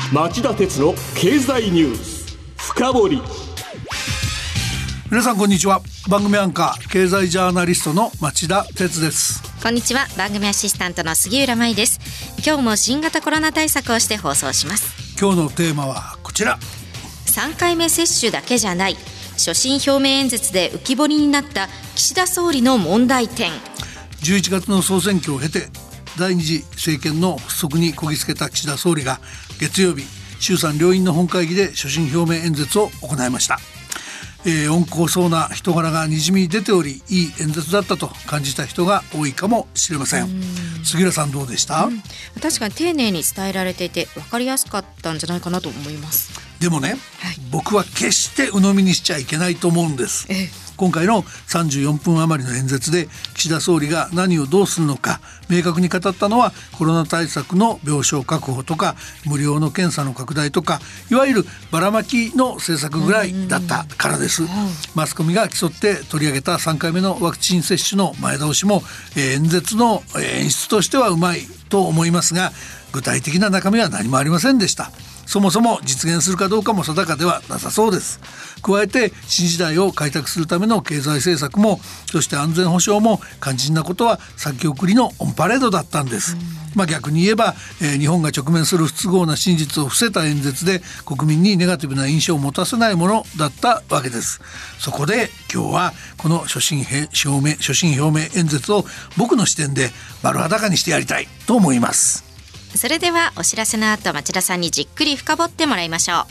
町田鉄の経済ニュース深掘り。 皆さんこんにちは。番組アンカー経済ジャーナリストの町田鉄です。 こんにちは。番組アシスタントの杉浦舞です。今日も新型コロナ対策をして放送します。 今日のテーマはこちら。 3回目接種だけじゃない、所信表明演説で浮き彫りになった岸田総理の問題点。 11月の総選挙を経て第二次政権の発足にこぎつけた岸田総理が月曜日、衆参両院の本会議で所信表明演説を行いました。温厚そうな人柄がにじみ出ており、いい演説だったと感じた人が多いかもしれません。杉浦さんどうでした？ 確かに丁寧に伝えられていて分かりやすかったんじゃないかなと思います。 でもね、僕は決して鵜呑みにしちゃいけないと思うんです。今回の34分余りの演説で岸田総理が何をどうするのか明確に語ったのは、コロナ対策の病床確保とか無料の検査の拡大とか、いわゆるばらまきの政策ぐらいだったからです。マスコミが競って取り上げた3回目のワクチン接種の前倒しも、演説の演出としてはうまいと思いますが、具体的な中身は何もありませんでした。そもそも実現するかどうかも定かではなさそうです。加えて新時代を開拓するための経済政策も、そして安全保障も肝心なことは先送りのオンパレードだったんです。逆に言えば、日本が直面する不都合な真実を伏せた演説で国民にネガティブな印象を持たせないものだったわけです。そこで今日はこの所信表明演説を僕の視点で丸裸にしてやりたいと思います。 それではお知らせの後、町田さんにじっくり深掘ってもらいましょ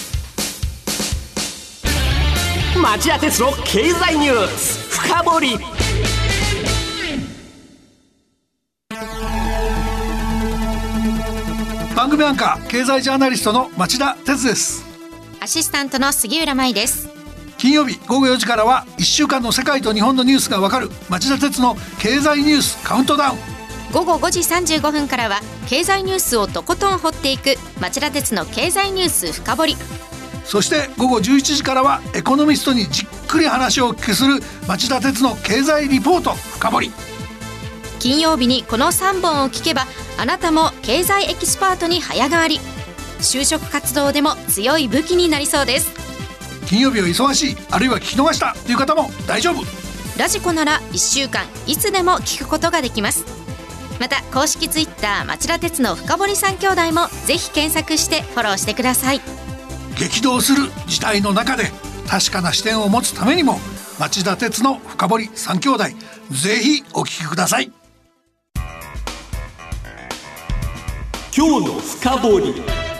う。町田鉄の経済ニュース深掘り。 番組アンカー経済ジャーナリストの町田鉄です。 アシスタントの杉浦舞です。 金曜日午後4時からは1週間の世界と日本のニュースがわかる町田鉄の経済ニュースカウントダウン。 午後5時35分からは経済ニュースをとことん掘っていく町田鉄の経済ニュース深掘り。 そして午後11時からはエコノミストにじっくり話をお聞きする町田鉄の経済リポート深掘り。 金曜日にこの3本を聞けば、あなたも経済エキスパートに早変わり。就職活動でも強い武器になりそうです。 金曜日は忙しい、あるいは聞き逃したという方も大丈夫。 ラジコなら1週間いつでも聞くことができます。また公式ツイッター町田鉄の深掘り3兄弟もぜひ検索してフォローしてください。 激動する事態の中で確かな視点を持つためにも、町田鉄の深掘り3兄弟ぜひお聞きください。 今日の深掘り。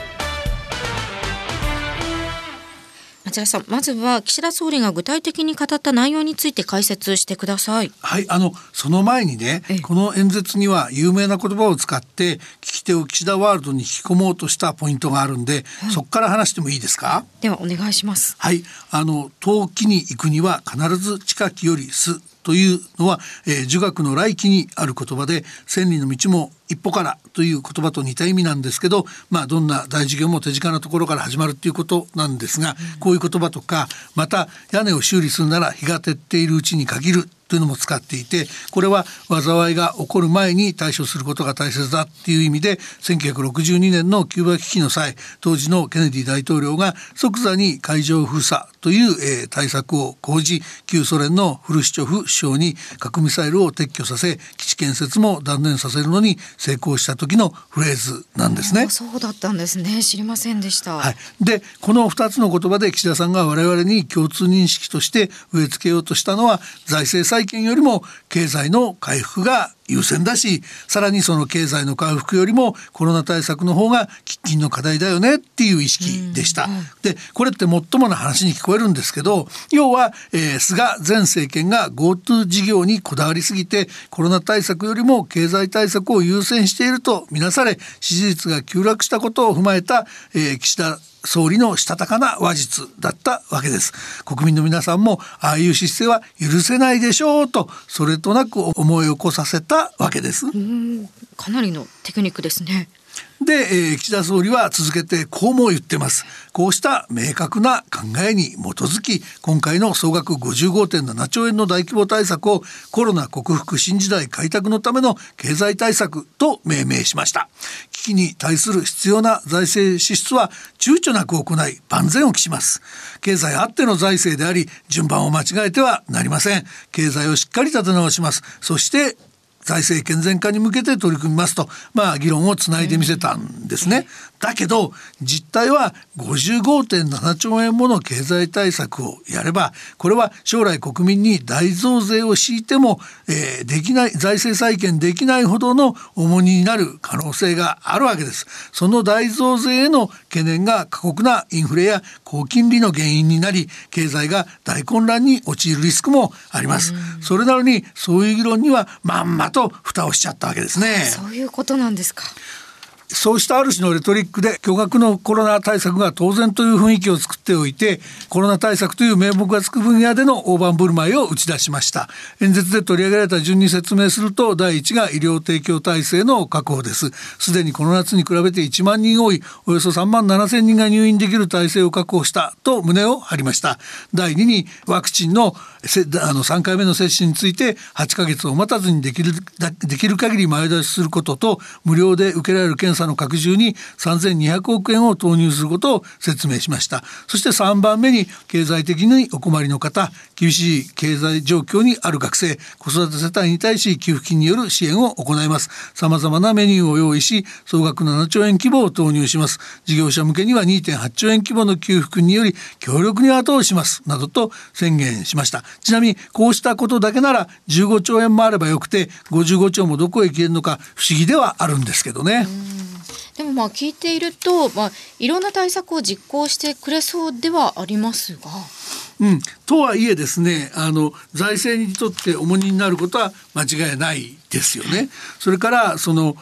町田さん、まずは岸田総理が具体的に語った内容について解説してください。 はい、その前にね、この演説には有名な言葉を使って聞き手を岸田ワールドに引き込もうとしたポイントがあるんで、そこから話してもいいですか？ ではお願いします。 はい、遠きに行くには必ず近きよりすというのは、儒学の来期にある言葉で、千里の道も一歩からという言葉と似た意味なんですけど、どんな大事業も手近なところから始まるということなんですが、こういう言葉とか、また屋根を修理するなら日が照っているうちに限るというのも使っていて、これは災いが起こる前に対処することが大切だっていう意味で、1962年のキューバ危機の際、当時のケネディ大統領が即座に海上封鎖という、対策を講じ、旧ソ連のフルシチョフ首相に核ミサイルを撤去させ、基地建設も断念させるのに成功した時のフレーズなんですね。 そうだったんですね。知りませんでした。 でこの2つの言葉で岸田さんが我々に共通認識として植え付けようとしたのは、財政再建よりも経済の回復が優先だし、さらにその経済の回復よりもコロナ対策の方が喫緊の課題だよねっていう意識でした。でこれってもっともな話に聞こえるんですけど、要は、菅前政権が GoTo 事業にこだわりすぎて、コロナ対策よりも経済対策を優先しているとみなされ、支持率が急落したことを踏まえた、岸田総理のしたたかな話術だったわけです。国民の皆さんもああいう姿勢は許せないでしょうと、それとなく思い起こさせたわけです。 かなりのテクニックですね。 で、岸田総理は続けてこうも言ってます。こうした明確な考えに基づき、今回の総額 55.7 兆円の大規模対策をコロナ克服新時代開拓のための経済対策と命名しました。危機に対する必要な財政支出は躊躇なく行い万全を期します。経済あっての財政であり、順番を間違えてはなりません。経済をしっかり立て直します。そして財政健全化に向けて取り組みますと、議論をつないでみせたんですね。だけど実態は 55.7 兆円もの経済対策をやれば、これは将来国民に大増税を強いても、できない、財政再建できないほどの重荷になる可能性があるわけです。その大増税への懸念が過酷なインフレや高金利の原因になり、経済が大混乱に陥るリスクもあります。それなのにそういう議論にはまんまと蓋をしちゃったわけですね。 そういうことなんですか。 そうしたある種のレトリックで巨額のコロナ対策が当然という雰囲気を作っておいて、コロナ対策という名目がつく分野での大盤振る舞いを打ち出しました。演説で取り上げられた順に説明すると、第一が医療提供体制の確保です。すでにこの夏に比べて1万人多いおよそ3万7千人が入院できる体制を確保したと胸を張りました。第二にワクチンの3回目の接種について8ヶ月を待たずにできる限り前倒しすることと、無料で受けられる検査の拡充に3200億円を投入することを説明しました。そして3番目に経済的にお困りの方、厳しい経済状況にある学生、子育て世帯に対し給付金による支援を行います。さまざまなメニューを用意し、総額7兆円規模を投入します。事業者向けには 2.8 兆円規模の給付金により強力に後押ししますなどと宣言しました。ちなみにこうしたことだけなら15兆円もあればよくて、55兆もどこへ消えるのか不思議ではあるんですけどね。 でも聞いていると、いろんな対策を実行してくれそうではありますが、 とはいえですね、財政にとって重荷になることは間違いないですよね。それから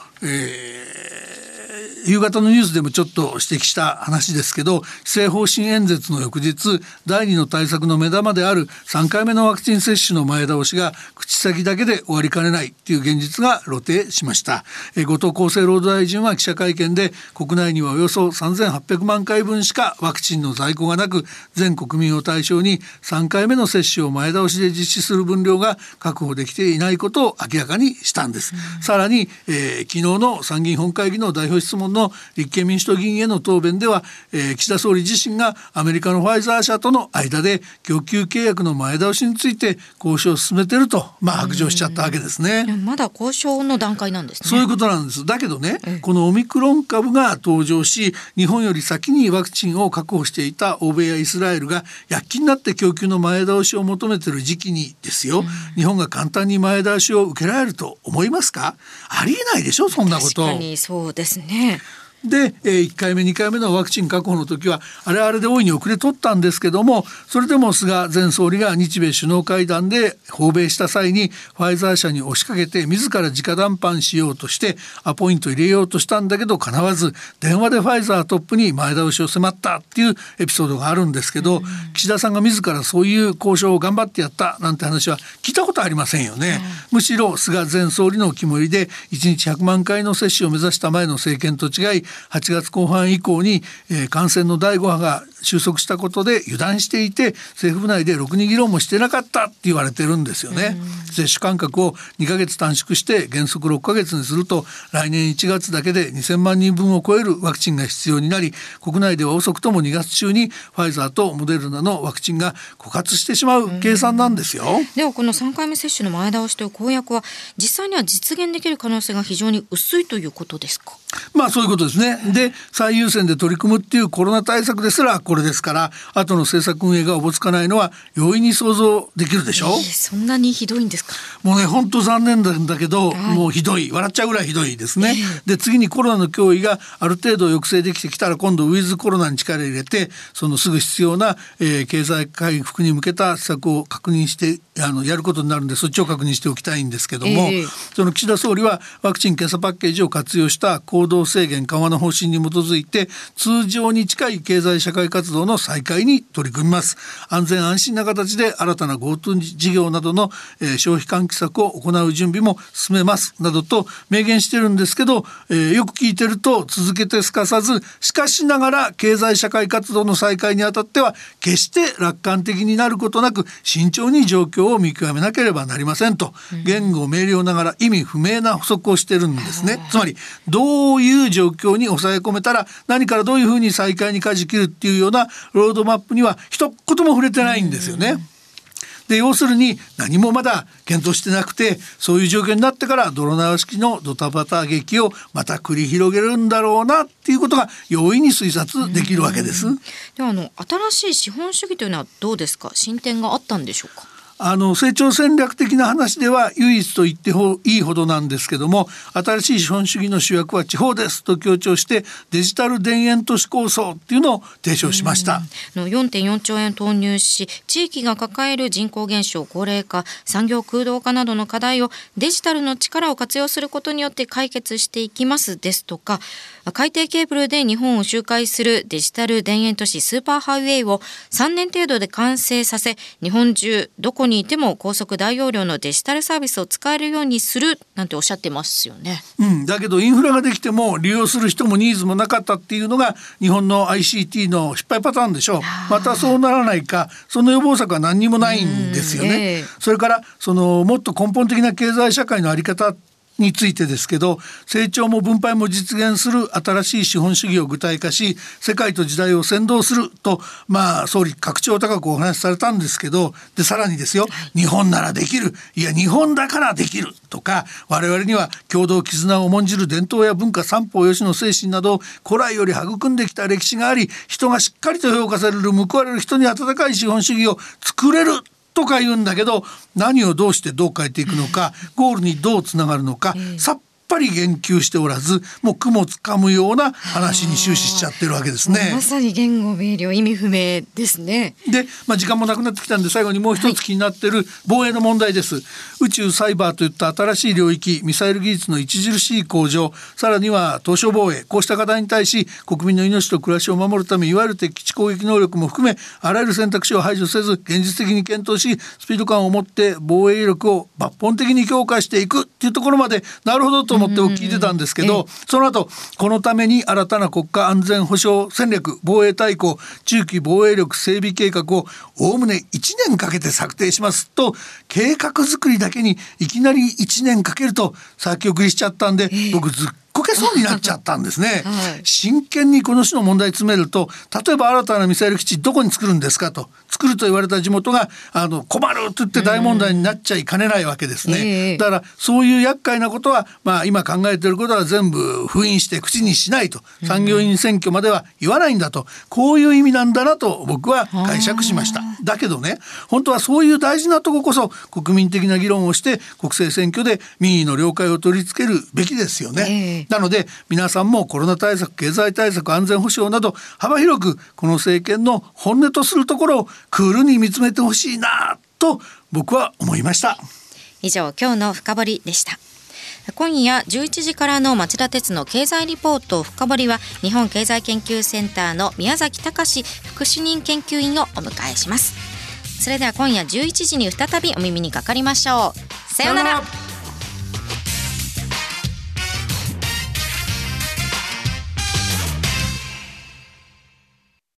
夕方のニュースでもちょっと指摘した話ですけど、施政方針演説の翌日、第2の対策の目玉である3回目のワクチン接種の前倒しが口先だけで終わりかねないという現実が露呈しました。後藤厚生労働大臣は記者会見で、国内にはおよそ3800万回分しかワクチンの在庫がなく、全国民を対象に3回目の接種を前倒しで実施する分量が確保できていないことを明らかにしたんです。さらに、昨日の参議院本会議の代表質問の立憲民主党議員への答弁では、岸田総理自身がアメリカのファイザー社との間で供給契約の前倒しについて交渉を進めていると、白状しちゃったわけですね。 まだ交渉の段階なんですね。 そういうことなんです。だけどね、このオミクロン株が登場し、日本より先にワクチンを確保していた欧米やイスラエルが躍起になって供給の前倒しを求めている時期にですよ、日本が簡単に前倒しを受けられると思いますか？ありえないでしょ、そんなこと。 確かにそうですね。 で、1回目2回目のワクチン確保の時はあれで大いに遅れとったんですけども、それでも菅前総理が日米首脳会談で訪米した際にファイザー社に押しかけて自ら直談判しようとしてアポイント入れようとしたんだけど叶わず、電話でファイザートップに前倒しを迫ったっていうエピソードがあるんですけど、岸田さんが自らそういう交渉を頑張ってやったなんて話は聞いたことありませんよね。むしろ菅前総理の肝煎りで1日100万回の接種を目指した前の政権と違い、8月後半以降に、感染の第5波が収束したことで油断していて、政府内でろくに議論もしてなかったって言われてるんですよね。接種間隔を2ヶ月短縮して原則6ヶ月にすると、来年1月だけで2000万人分を超えるワクチンが必要になり、国内では遅くとも2月中にファイザーとモデルナのワクチンが枯渇してしまう計算なんですよ。 ではこの3回目接種の前倒しという公約は実際には実現できる可能性が非常に薄いということですか？ そういうことですね。で、最優先で取り組むっていうコロナ対策ですらこれですから、後の政策運営がおぼつかないのは容易に想像できるでしょ。 そんなにひどいんですか？ もうね、本当残念なんだけど、もうひどい、笑っちゃうぐらいひどいですね。で、次にコロナの脅威がある程度抑制できてきたら、今度ウィズコロナに力入れて、そのすぐ必要な、経済回復に向けた施策を確認してやることになるんで、そっちを確認しておきたいんですけども、その岸田総理はワクチン・検査パッケージを活用した行動制限緩和の方針に基づいて、通常に近い経済社会活活動の再開に取り組みます。安全安心な形で新たな GoTo 事業などの、消費喚起策を行う準備も進めますなどと明言してるんですけど、よく聞いてると続けてすかさず、しかしながら経済社会活動の再開にあたっては決して楽観的になることなく慎重に状況を見極めなければなりませんと、言語明瞭ながら意味不明な補足をしてるんですね。つまりどういう状況に抑え込めたら何からどういうふうに再開に舵切るっていうようなロードマップには一言も触れてないんですよね。で要するに何もまだ検討してなくて、そういう状況になってから泥縄式のドタバタ劇をまた繰り広げるんだろうなっていうことが容易に推察できるわけです。 では新しい資本主義というのはどうですか？進展があったんでしょうか？ 成長戦略的な話では唯一と言っていいほどなんですけども、新しい資本主義の主役は地方ですと強調してデジタル田園都市構想っていうのを提唱しました。 4.4 兆円投入し、地域が抱える人口減少、高齢化、産業空洞化などの課題をデジタルの力を活用することによって解決していきますですとか、海底ケーブルで日本を周回するデジタル田園都市スーパーハイウェイを3年程度で完成させ、日本中どこにいても高速大容量のデジタルサービスを使えるようにするなんておっしゃってますよね。 だけどインフラができても利用する人もニーズもなかったっていうのが日本の ICT の失敗パターンでしょう。またそうならないか、その予防策は何にもないんですよね。それからもっと根本的な経済社会の在り方についてですけど、成長も分配も実現する新しい資本主義を具体化し、世界と時代を先導すると、総理格調高くお話しされたんですけど、でさらにですよ、日本ならできる、いや日本だからできるとか、我々には共同絆を重んじる伝統や文化、三方よしの精神など古来より育んできた歴史があり、人がしっかりと評価される、報われる、人に温かい資本主義を作れるとか言うんだけど、何をどうしてどう変えていくのか、ゴールにどうつながるのか、さっぱり言及しておらず、もう雲つかむような話に終始しちゃってるわけですね。 まさに言語明瞭、意味不明ですね。 で、時間もなくなってきたんで最後にもう一つ気になってる防衛の問題です。宇宙、サイバーといった新しい領域、ミサイル技術の著しい向上、さらには島しょ防衛、こうした課題に対し国民の命と暮らしを守るため、いわゆる敵基地攻撃能力も含めあらゆる選択肢を排除せず現実的に検討し、スピード感を持って防衛力を抜本的に強化していくっていうところまでなるほどと思って聞いてたんですけど、その後このために新たな国家安全保障戦略、防衛大綱、中期防衛力整備計画をおおむね1年かけて策定しますと、計画作りだけにいきなり1年かけると先送りしちゃったんで、僕ずっこけそうになっちゃったんですね。真剣にこの種の問題詰めると、例えば新たなミサイル基地どこに作るんですかと、作ると言われた地元が困ると言って大問題になっちゃいかねないわけですね。だからそういう厄介なことは、今考えていることは全部封印して口にしないと、参議院選挙までは言わないんだと、こういう意味なんだなと僕は解釈しました。だけどね、本当はそういう大事なとここそ国民的な議論をして国政選挙で民意の了解を取り付けるべきですよね。なので皆さんもコロナ対策、経済対策、安全保障など幅広くこの政権の本音とするところをクールに見つめてほしいなと僕は思いました。 以上、今日の深掘りでした。今夜11時からの町田鉄の経済リポート深掘りは、日本経済研究センターの宮崎隆副主任研究員をお迎えします。それでは今夜11時に再びお耳にかかりましょう。さようなら。